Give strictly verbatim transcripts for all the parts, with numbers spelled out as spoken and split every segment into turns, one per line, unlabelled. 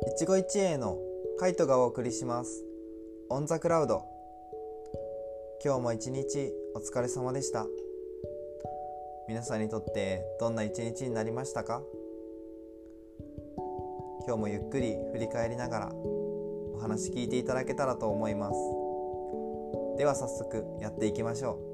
一期一会のカイトがお送りします。オンザクラウド。今日も一日お疲れ様でした。皆さんにとってどんな一日になりましたか？今日もゆっくり振り返りながらお話聞いていただけたらと思います。では早速やっていきましょう。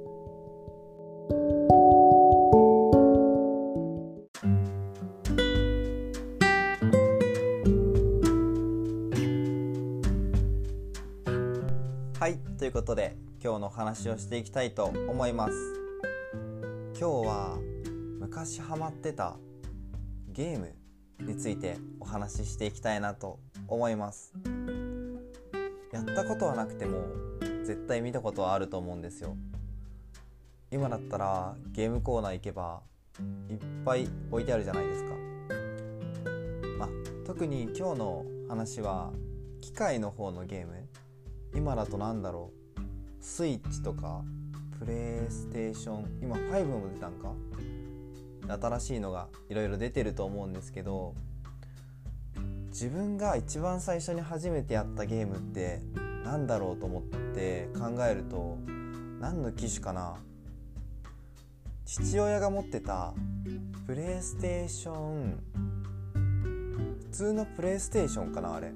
はい、ということで今日のお話をしていきたいと思います。今日は昔ハマってたゲームについてお話ししていきたいなと思います。やったことはなくても絶対見たことはあると思うんですよ。今だったらゲームコーナー行けばいっぱい置いてあるじゃないですか。まあ、特に今日の話は機械の方のゲーム。今だとなんだろう、スイッチとかプレイステーション、今ファイブも出たんか、新しいのがいろいろ出てると思うんですけど、自分が一番最初に初めてやったゲームってなんだろうと思って考えると、何の機種かな。父親が持ってたプレイステーション、普通のプレイステーションかな。あれ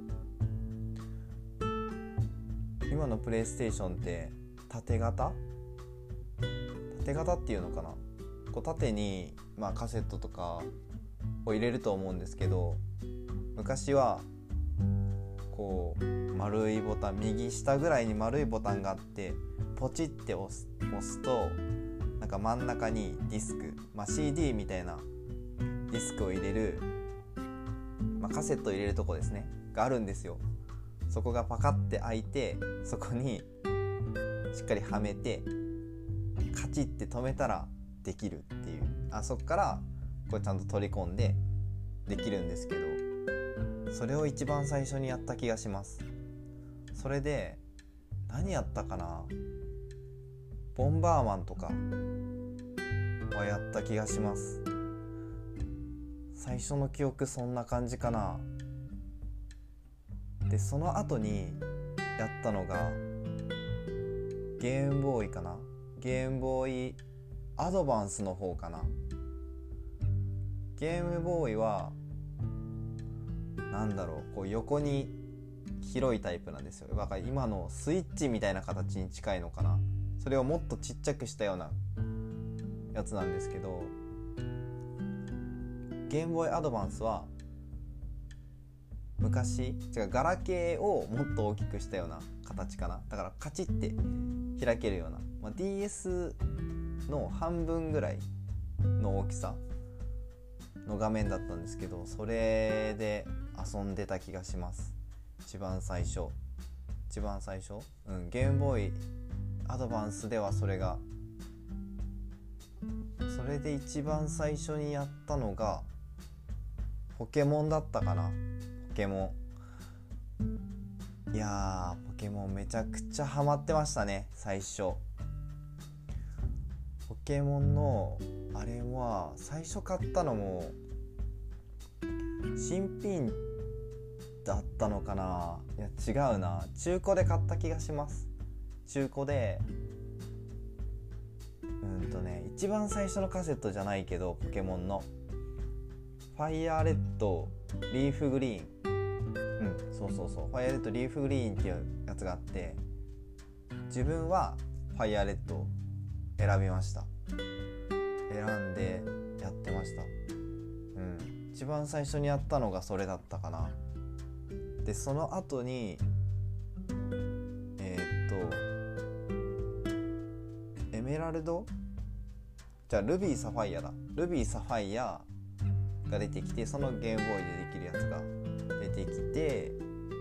今のプレイステーションって縦型縦型っていうのかな。こう縦に、まあ、カセットとかを入れると思うんですけど、昔はこう丸いボタン、右下ぐらいに丸いボタンがあって、ポチって押す、押すとなんか真ん中にディスク、まあ、シーディー みたいなディスクを入れる、まあ、カセットを入れるとこですねがあるんですよ。そこがパカって開いて、そこにしっかりはめてカチッて止めたらできるっていう、あそこからこれちゃんと取り込んでできるんですけど、それを一番最初にやった気がします。それで何やったかな、ボンバーマンとかはやった気がします。最初の記憶そんな感じかな。でその後にやったのがゲームボーイかな。ゲームボーイアドバンスの方かな。ゲームボーイはなんだろう、こう横に広いタイプなんですよ。だから今のスイッチみたいな形に近いのかな。それをもっとちっちゃくしたようなやつなんですけど、ゲームボーイアドバンスは昔違うガラケーをもっと大きくしたような形かな。だからカチッて開けるような、まあ、ディーエス の半分ぐらいの大きさの画面だったんですけど、それで遊んでた気がします。一番最初一番最初、うん、ゲームボーイアドバンスではそれがそれで一番最初にやったのがポケモンだったかな。ポケモン、いやーポケモンめちゃくちゃハマってましたね。最初ポケモンのあれは最初買ったのも新品だったのかな。いや違うな、中古で買った気がします。中古でうんとね一番最初のカセットじゃないけど、ポケモンのファイヤーレッドリーフグリーン、うん、そうそうそう、ファイヤーレッドリーフグリーンっていうやつがあって、自分はファイヤーレッドを選びました。選んでやってました。うん、一番最初にやったのがそれだったかな。でその後にえー、っとエメラルドじゃあルビーサファイアだルビーサファイアが出てきて、そのゲームボーイでできるやつが出てきて、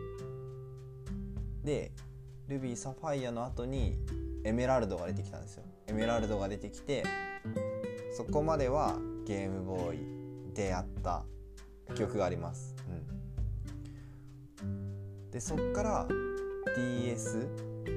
でルビーサファイアの後にエメラルドが出てきたんですよ。エメラルドが出てきて、そこまではゲームボーイでやった記憶があります、うん、でそっから ディーエス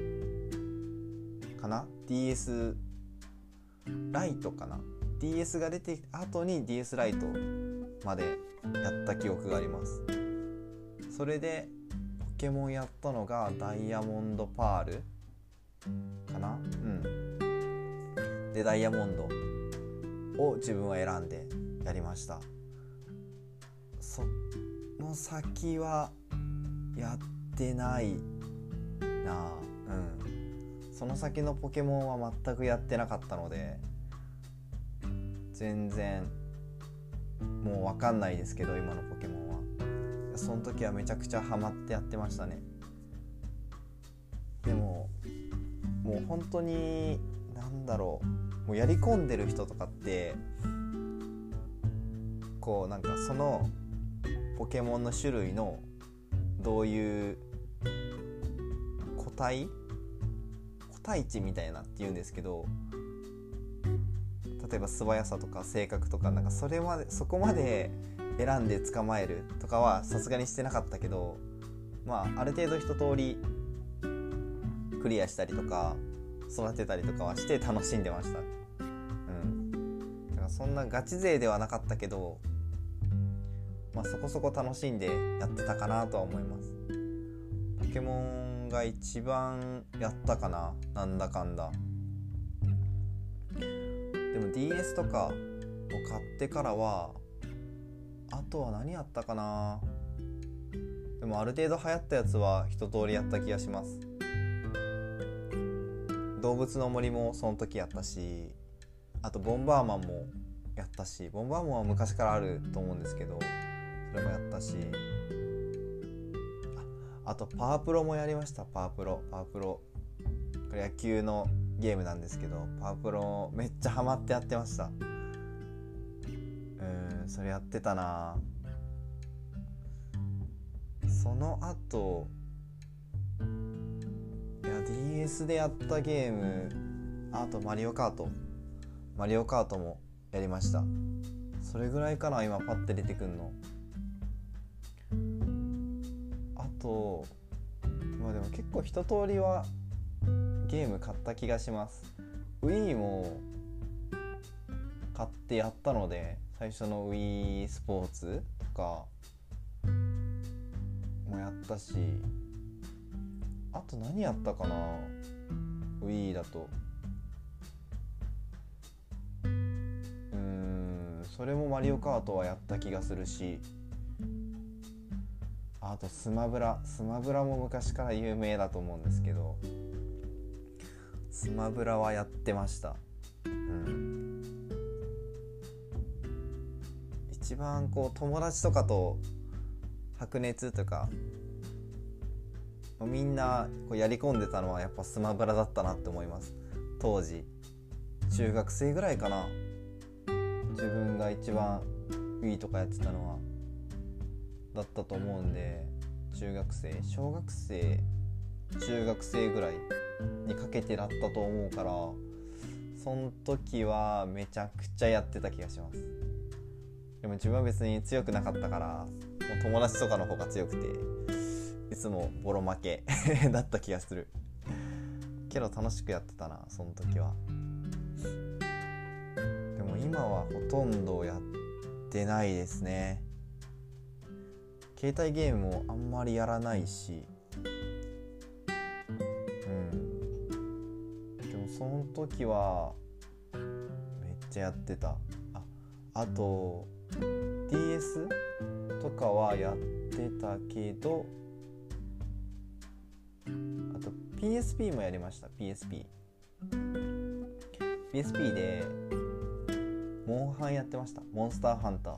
かな ディーエス ライトかな ディーエス が出て後に ディーエス ライトまでやった記憶があります。そそれでポケモンやったのがダイヤモンドパールかな。うんでダイヤモンドを自分は選んでやりました。その先はやってないな。うんその先のポケモンは全くやってなかったので全然もう分かんないですけど、今のポケモンはその時はめちゃくちゃハマってやってましたね。でももう本当になんだろう、もうやり込んでる人とかってこうなんかそのポケモンの種類のどういう個体個体値みたいなっていうんですけど、例えば素早さとか性格とかなんかそれまでそこまで選んで捕まえるとかはさすがにしてなかったけど、まあある程度一通りクリアしたりとか育てたりとかはして楽しんでました。うんだからそんなガチ勢ではなかったけど、まあそこそこ楽しんでやってたかなとは思います。ポケモンが一番やったかな、なんだかんだ。でも ディーエス とかを買ってからはあとは何やったかな。でもある程度流行ったやつは一通りやった気がします。動物の森もその時やったし、あとボンバーマンもやったし、ボンバーマンは昔からあると思うんですけどそれもやったし、 あ, あとパワープロもやりました。パワープロパワープロこれ野球のゲームなんですけど、パワープロめっちゃハマってやってました。うんそれやってたな。その後いや ディーエス でやったゲーム、あとマリオカートマリオカートもやりました。それぐらいかな今パッて出てくんの。あとまあでも結構一通りはゲーム買った気がします。 Wii も買ってやったので、最初の Wii スポーツとかもやったし、あと何やったかな Wii だと。うーんそれもマリオカートはやった気がするし、あとスマブラスマブラも昔から有名だと思うんですけど、スマブラはやってました。うん一番こう友達とかと白熱とかみんなこうやり込んでたのはやっぱスマブラだったなって思います。当時中学生ぐらいかな、自分が一番 Wii とかやってたのはだったと思うんで、中学生小学生中学生ぐらいにかけてだったと思うから、その時はめちゃくちゃやってた気がします。でも自分は別に強くなかったから、もう友達とかの方が強くていつもボロ負けだった気がするけど楽しくやってたなその時は。でも今はほとんどやってないですね。携帯ゲームもあんまりやらないし、うんでもその時はめっちゃやってた。あ、あと ディーエス とかはやってたけど、あと ピーエスピー もやりました。 ピーエスピー ピーエスピー でモンハンやってました。モンスターハンター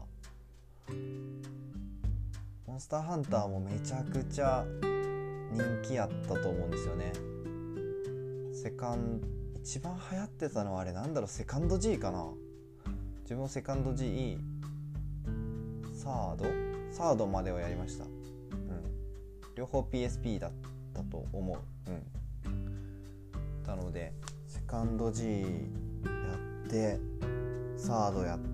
モンスターハンターもめちゃくちゃ人気やったと思うんですよね。セカン一番流行ってたのはあれなんだろう、セカンド G かな。自分もセカンド G、 サードサードまではやりました。うん両方 ピーエスピー だったと思う。うんなのでセカンド G やってサードやって、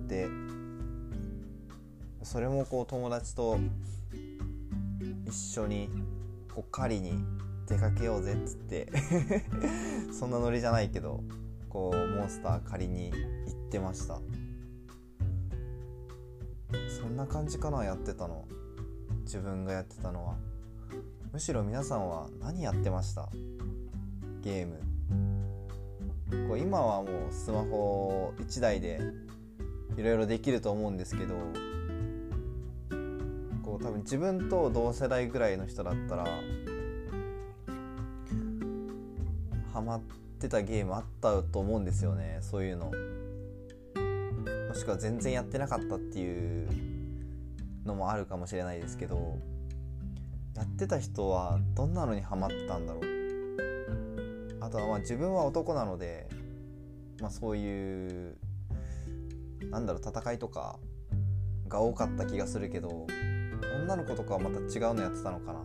それもこう友達と一緒にこう狩りに出かけようぜっつってそんなノリじゃないけどこうモンスター狩りに行ってました。そんな感じかなやってたの。 自分がやってたのは。むしろ皆さんは何やってました？ゲーム。こう今はもうスマホいちだいでいろいろできると思うんですけど、こう多分自分と同世代ぐらいの人だったらハマってたゲームあったと思うんですよね。そういうの、もしくは全然やってなかったっていうのもあるかもしれないですけど、やってた人はどんなのにハマってたんだろう。あとはまあ自分は男なので、まあ、そういうなんだろう戦いとかが多かった気がするけど、女の子とかはまた違うのやってたのかな。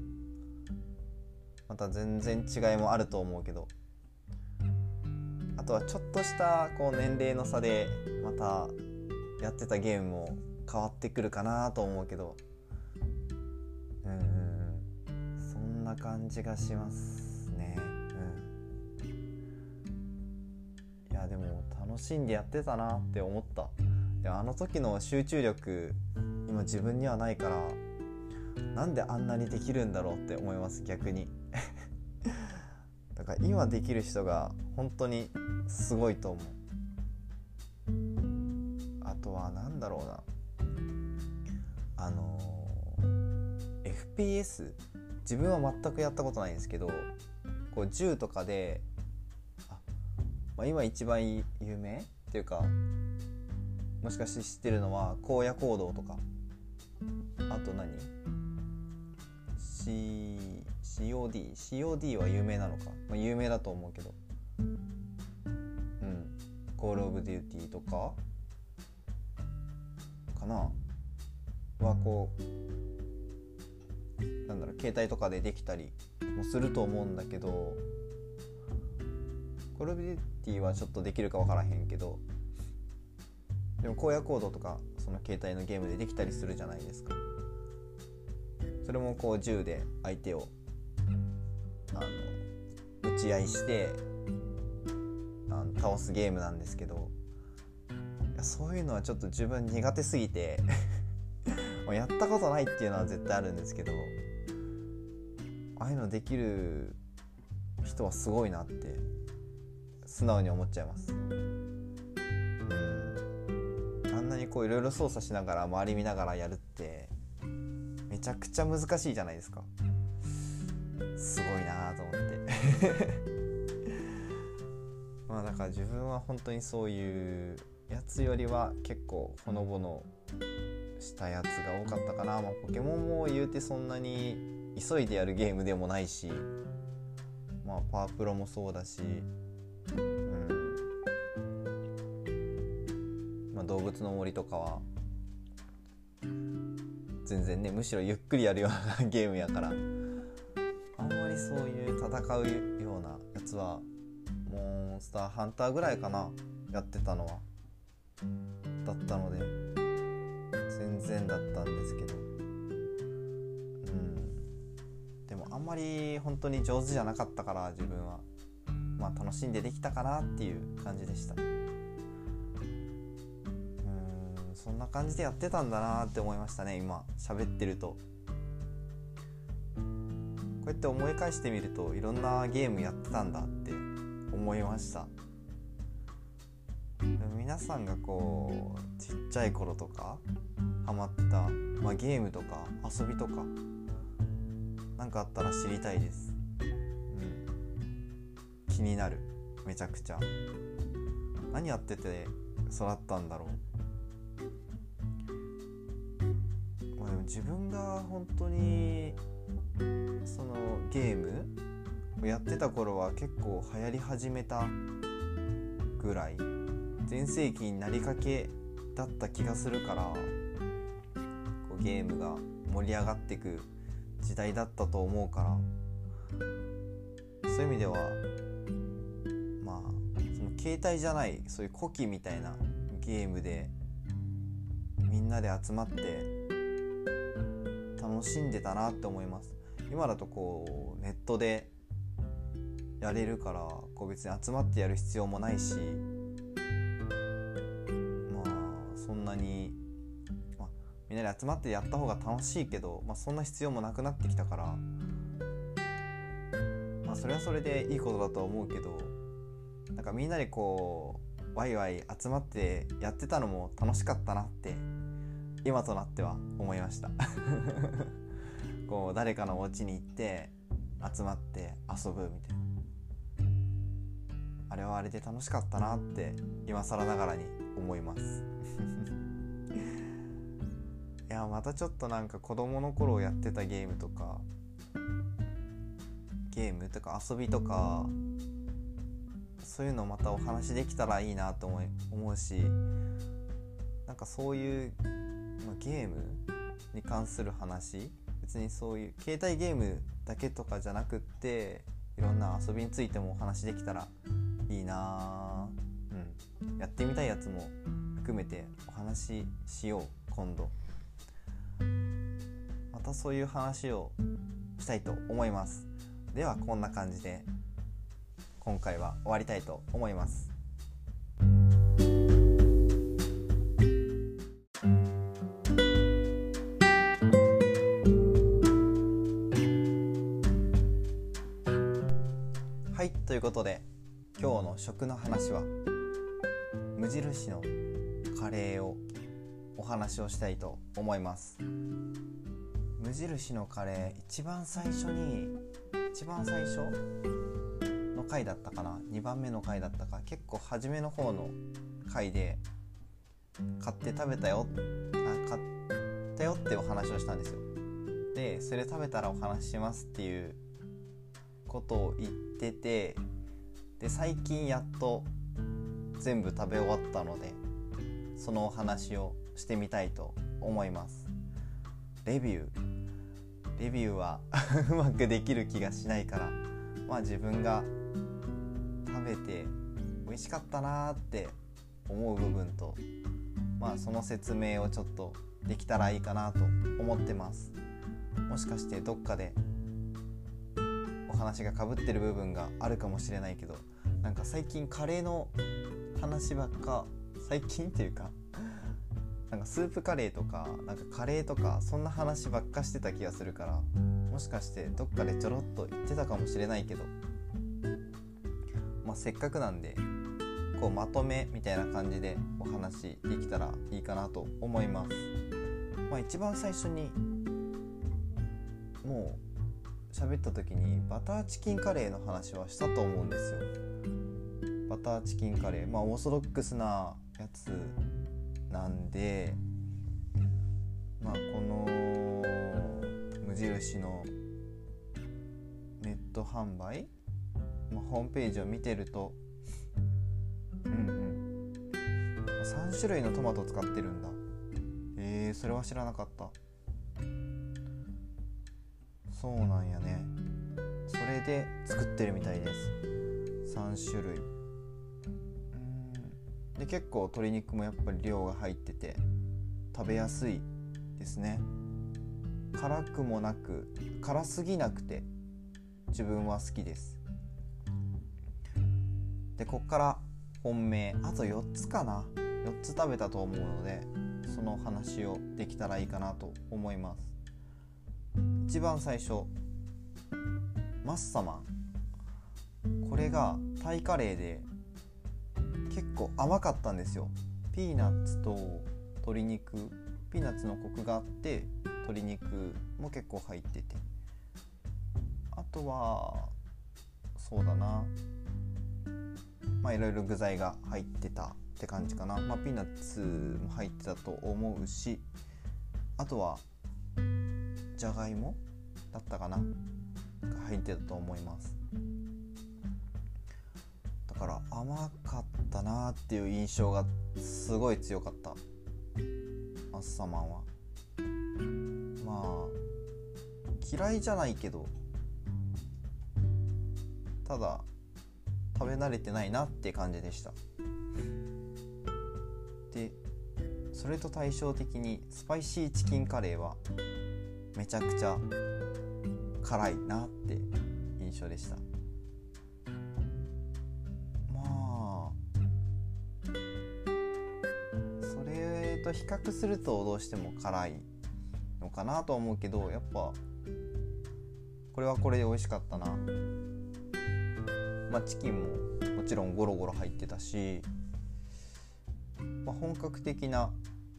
また全然違いもあると思うけど、あとはちょっとしたこう年齢の差でまたやってたゲームも変わってくるかなと思うけど、うんうんうんそんな感じがしますね。うんいやでも楽しんでやってたなって思った。でもあの時の集中力今自分にはないから、なんであんなにできるんだろうって思います、逆にだから今できる人が本当にすごいと思う。あとはなんだろうな、あのー、エフピーエス 自分は全くやったことないんですけど、こう銃とかであ、まあ、今一番有名っていうか、もしかして知ってるのは荒野行動とか、あと何 Cシーオーディー シーオーディー は有名なのか、まあ、有名だと思うけど、うんコールオブデューティーとかかなはこうなんだろう携帯とかでできたりもすると思うんだけど、コールオブデューティーはちょっとできるか分からへんけど、でも荒野行動とかその携帯のゲームでできたりするじゃないですか。それもこう銃で相手をあの打ち合いしてあの倒すゲームなんですけど、いやそういうのはちょっと自分苦手すぎてもうやったことないっていうのは絶対あるんですけど、ああいうのできる人はすごいなって素直に思っちゃいます。うんあんなにこういろいろ操作しながら周り見ながらやるってめちゃくちゃ難しいじゃないですか。すごいなと思ってまあだから自分は本当にそういうやつよりは結構ほのぼのしたやつが多かったかな。まあ、ポケモンも言うてそんなに急いでやるゲームでもないし、まあパワープロもそうだし、うんまあ、動物の森とかは全然ねむしろゆっくりやるようなゲームやから、あんまりそういう戦うようなやつはモンスターハンターぐらいかなやってたのはだったので全然だったんですけど、うんでもあんまり本当に上手じゃなかったから自分はまあ楽しんでできたかなっていう感じでした。そんな感じでやってたんだなって思いましたね。今喋ってるとこうやって思い返してみるといろんなゲームやってたんだって思いました。皆さんがこうちっちゃい頃とかハマった、まあ、ゲームとか遊びとかなんかあったら知りたいです、うん、気になる。めちゃくちゃ何やってて育ったんだろう。自分が本当にそのゲームをやってた頃は結構流行り始めたぐらい全盛期になりかけだった気がするから、こうゲームが盛り上がっていく時代だったと思うから、そういう意味ではまあその携帯じゃないそういう古希みたいなゲームでみんなで集まって楽しんでたなって思います。今だとこうネットでやれるからこう別に集まってやる必要もないし、まあそんなに、まあ、 みんなで集まってやった方が楽しいけど、まあ、そんな必要もなくなってきたから、まあそれはそれでいいことだとは思うけど、なんかみんなでこうワイワイ集まってやってたのも楽しかったなって今となっては思いましたこう誰かのお家に行って集まって遊ぶみたいな、あれはあれで楽しかったなって今更ながらに思いますいやまたちょっとなんか子供の頃やってたゲームとかゲームとか遊びとかそういうのまたお話できたらいいなと思い思うし、なんかそういう、まあ、ゲームに関する話、別にそういう携帯ゲームだけとかじゃなくっていろんな遊びについてもお話できたらいいな、うん、やってみたいやつも含めてお話ししよう今度。またそういう話をしたいと思います。ではこんな感じで今回は終わりたいと思います。はい、ということで今日の食の話は無印のカレーをお話をしたいと思います。無印のカレー、一番最初に一番最初の回だったかな、にばんめの回だったか、結構初めの方の回で買って食べたよあ買ったよってお話をしたんですよ。でそれ食べたらお話ししますっていうことを言ってて、で最近やっと全部食べ終わったのでそのお話をしてみたいと思います。レビューレビューはうまくできる気がしないから、まあ自分が食べて美味しかったなって思う部分と、まあその説明をちょっとできたらいいかなと思ってます。もしかしてどっかでお話が被ってる部分があるかもしれないけど、なんか最近カレーの話ばっか、最近っていうかなんかスープカレーとかなんかカレーとかそんな話ばっかしてた気がするから、もしかしてどっかでちょろっと言ってたかもしれないけど、まあせっかくなんでこうまとめみたいな感じでお話できたらいいかなと思います。まあ一番最初にもう喋った時にバターチキンカレーの話はしたと思うんですよ。バターチキンカレー、まあオーソドックスなやつなんで、まあこの無印のネット販売、まあ、ホームページを見てると、うんうんさんしゅるいのトマトを使ってるんだ。えー、それは知らなかった。そうなんやね。それで作ってるみたいです。さんしゅるいで、結構鶏肉もやっぱり量が入ってて食べやすいですね。辛くもなく辛すぎなくて自分は好きです。でこっから本命あとよっつかな、よっつ食べたと思うのでその話をできたらいいかなと思います。一番最初マッサマン、これがタイカレーで結構甘かったんですよ。ピーナッツと鶏肉、ピーナッツのコクがあって鶏肉も結構入ってて、あとはそうだな、まあいろいろ具材が入ってたって感じかな。まあピーナッツも入ってたと思うし、あとはじゃがいもだったかなが入ってたと思います。だから甘かったなっていう印象がすごい強かった、マッサマンは。まあ嫌いじゃないけど、ただ食べ慣れてないなって感じでした。でそれと対照的にスパイシーチキンカレーはめちゃくちゃ辛いなって印象でした。まあそれと比較するとどうしても辛いのかなとは思うけど、やっぱこれはこれで美味しかったな。まあチキンももちろんゴロゴロ入ってたし、まあ、本格的な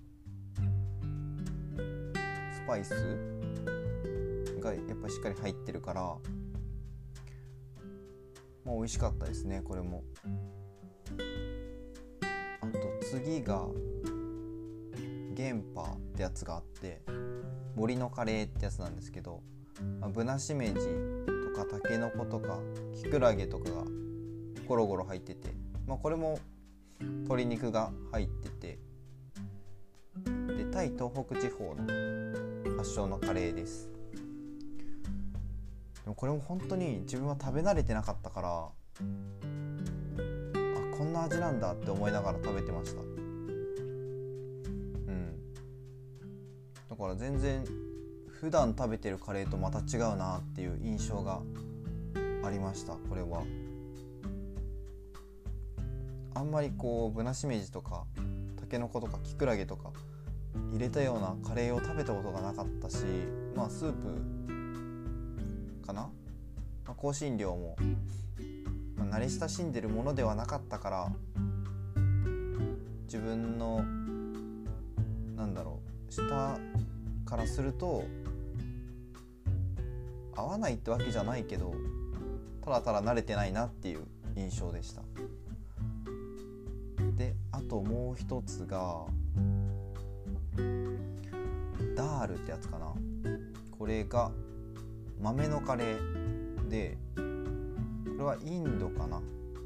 スパイスがやっぱしっかり入ってるから、まあ、美味しかったですね。これもあと次がゲンパーってやつがあって、森のカレーってやつなんですけど、まあ、ブナシメジとかタケノコとかキクラゲとかがゴロゴロ入ってて、まあ、これも鶏肉が入ってて、でタイ東北地方の発祥のカレーです。でもこれも本当に自分は食べ慣れてなかったから、あ、こんな味なんだって思いながら食べてました。うん。だから全然普段食べてるカレーとまた違うなっていう印象がありました。これはあんまりこうブナシメジとかタケノコとかキクラゲとか入れたようなカレーを食べたことがなかったし、まあスープかな、まあ、香辛料も、まあ、慣れ親しんでるものではなかったから、自分のなんだろう舌からすると合わないってわけじゃないけど、ただただ慣れてないなっていう印象でした。であともう一つがダールってやつかな。これが豆のカレーで、これはインドかな。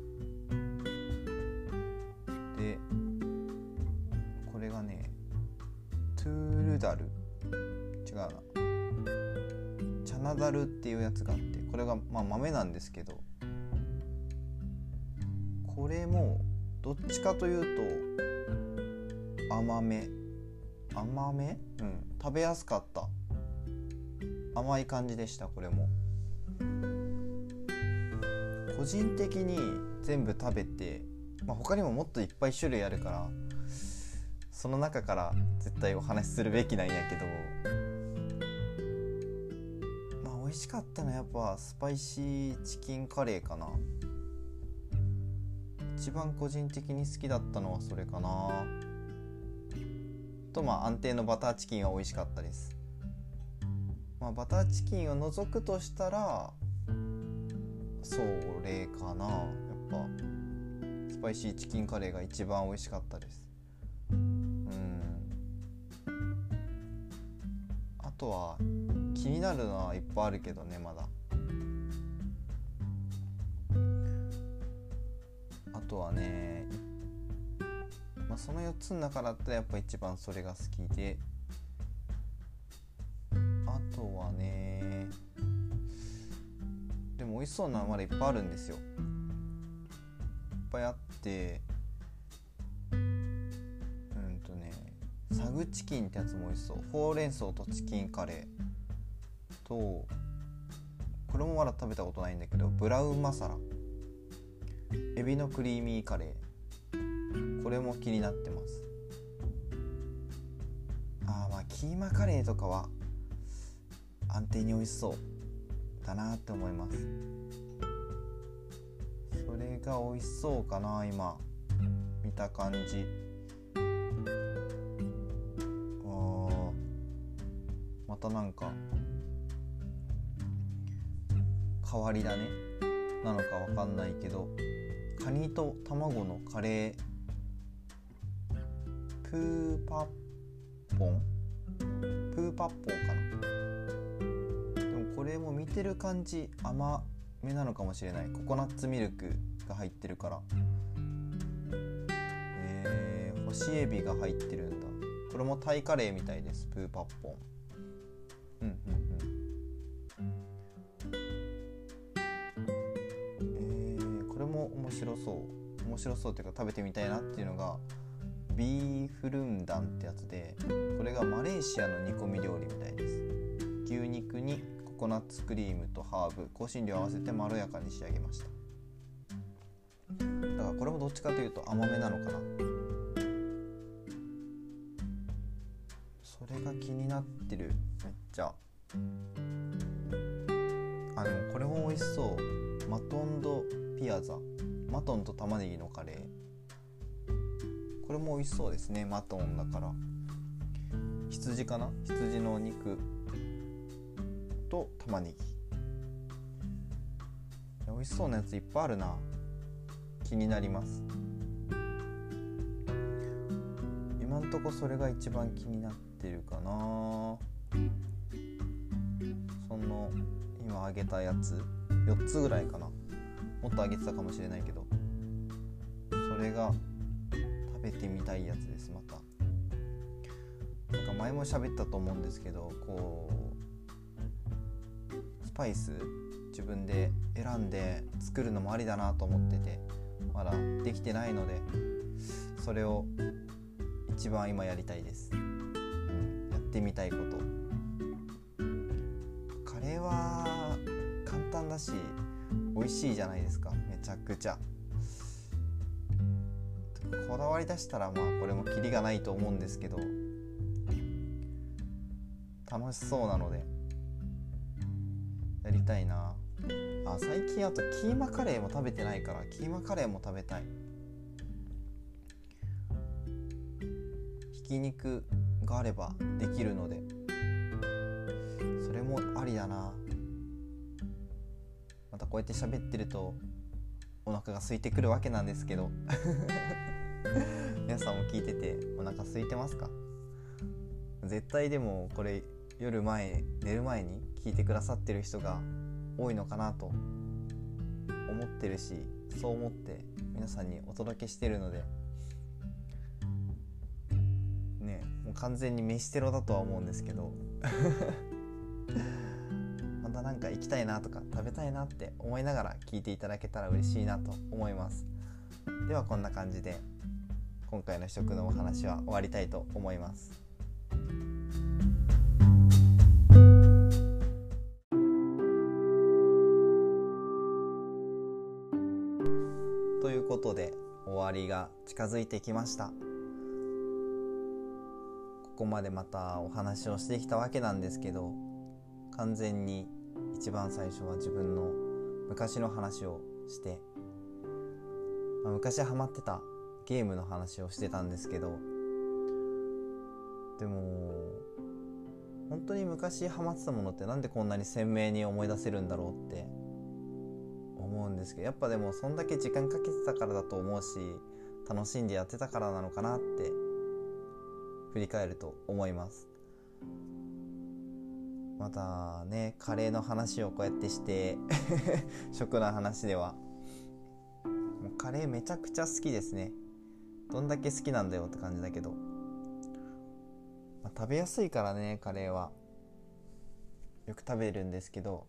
でこれがねトゥールダル、違うな、チャナダルっていうやつがあって、これがまあ豆なんですけど、これもどっちかというと甘め甘め、うん、食べやすかった、甘い感じでした。これも個人的に全部食べて、まあ、他にももっといっぱい種類あるから、その中から絶対お話しするべきなんやけど、まあ美味しかったのはやっぱスパイシーチキンカレーかな。一番個人的に好きだったのはそれかなと、まあ安定のバターチキンは美味しかったです。まあバターチキンを除くとしたらそれかな。やっぱスパイシーチキンカレーが一番美味しかったです。うん。あとは気になるのはいっぱいあるけどね、まだ。あとはね、まあ、そのよっつの中だったらやっぱ一番それが好きで、あとはね、でも美味しそうなのまだいっぱいあるんですよ。いっぱいあって、うんとねサグチキンってやつも美味しそう。ほうれん草とチキンカレーと、これもまだ食べたことないんだけどブラウンマサラ、エビのクリーミーカレー、これも気になってます。あー、まあキーマカレーとかは安定に美味しそうだなって思います。それが美味しそうかな、今見た感じ。あ、またなんか変わりだねなのかわかんないけど、カニと卵のカレープーパッポンプーパッポンかな。でもこれも見てる感じ甘めなのかもしれない。ココナッツミルクが入ってるから。えー、干しエビが入ってるんだ。これもタイカレーみたいです。プーパッポン。うんうんうん。えー、これも面白そう。面白そうっていうか食べてみたいなっていうのがビーフルンダンってやつで、これがマレーシアの煮込み料理みたいです。牛肉にココナッツクリームとハーブ、香辛料を合わせてまろやかに仕上げました。だからこれもどっちかというと甘めなのかな。 それが気になってる。めっちゃあ、でもこれも美味しそう。マトンドピアザ、マトンと玉ねぎのカレー、これも美味しそうですね。マトンだから羊かな、羊の肉と玉ねぎ。美味しそうなやついっぱいあるな。気になります。今んとこそれが一番気になってるかな。その今あげたやつよっつぐらいかな。もっとあげてたかもしれないけど、それが食べてみたいやつです。またなんか前も喋ったと思うんですけど、こうスパイス自分で選んで作るのもありだなと思ってて、まだできてないので、それを一番今やりたいです、うん、やってみたいこと。カレーは簡単だし美味しいじゃないですか。めちゃくちゃこだわり出したら、まあこれもキリがないと思うんですけど、楽しそうなのでやりたいなあ。最近あとキーマカレーも食べてないから、キーマカレーも食べたい。ひき肉があればできるので、それもありだな。またこうやって喋ってるとお腹が空いてくるわけなんですけど皆さんも聞いててお腹空いてますか？絶対でもこれ夜前寝る前に聞いてくださってる人が多いのかなと思ってるし、そう思って皆さんにお届けしてるのでね、もう完全に飯テロだとは思うんですけどまたなんか行きたいなとか食べたいなって思いながら聞いていただけたら嬉しいなと思います。ではこんな感じで今回の食のお話は終わりたいと思います。ということで終わりが近づいてきました。ここまでまたお話をしてきたわけなんですけど、完全に一番最初は自分の昔の話をして、まあ、昔ハマってたゲームの話をしてたんですけど、でも本当に昔ハマってたものってなんでこんなに鮮明に思い出せるんだろうって思うんですけど、やっぱでもそんだけ時間かけてたからだと思うし、楽しんでやってたからなのかなって振り返ると思います。またね、カレーの話をこうやってして食の話ではもうカレーめちゃくちゃ好きですね。どんだけ好きなんだよって感じだけど、まあ、食べやすいからね、カレーはよく食べるんですけど、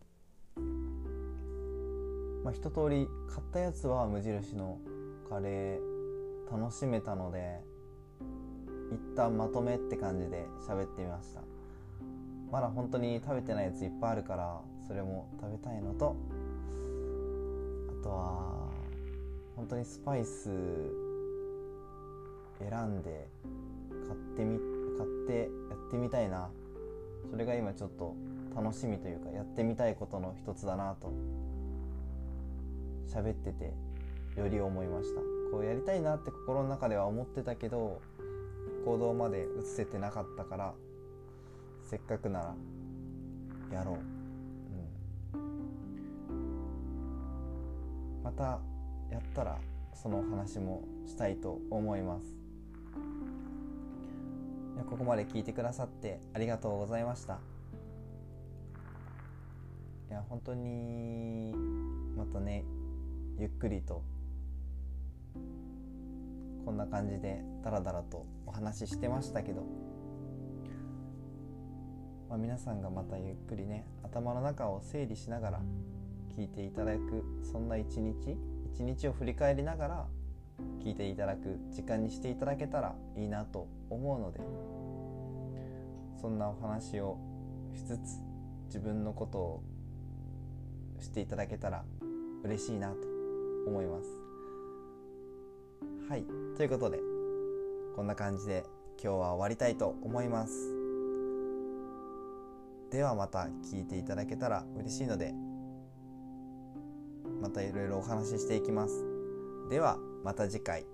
まあ、一通り買ったやつは無印のカレー楽しめたので、一旦まとめって感じで喋ってみました。まだ本当に食べてないやついっぱいあるから、それも食べたいのと、あとは本当にスパイス選んで買ってみ買ってやってみたいな。それが今ちょっと楽しみというか、やってみたいことの一つだなと喋っててより思いました。こうやりたいなって心の中では思ってたけど、行動まで移せてなかったから、せっかくならやろう、うん、またやったらその話もしたいと思います。いや、ここまで聞いてくださってありがとうございました。いや本当にまたね、ゆっくりとこんな感じでダラダラとお話ししてましたけど、まあ、皆さんがまたゆっくりね、頭の中を整理しながら聞いていただく、そんな一日一日を振り返りながら聞いていただく時間にしていただけたらいいなと思うので、そんなお話をしつつ自分のことをしていただけたら嬉しいなと思います。はい、ということでこんな感じで今日は終わりたいと思います。 ではまた聞いていただけたら嬉しいので、またいろいろお話ししていきます。ではまた次回。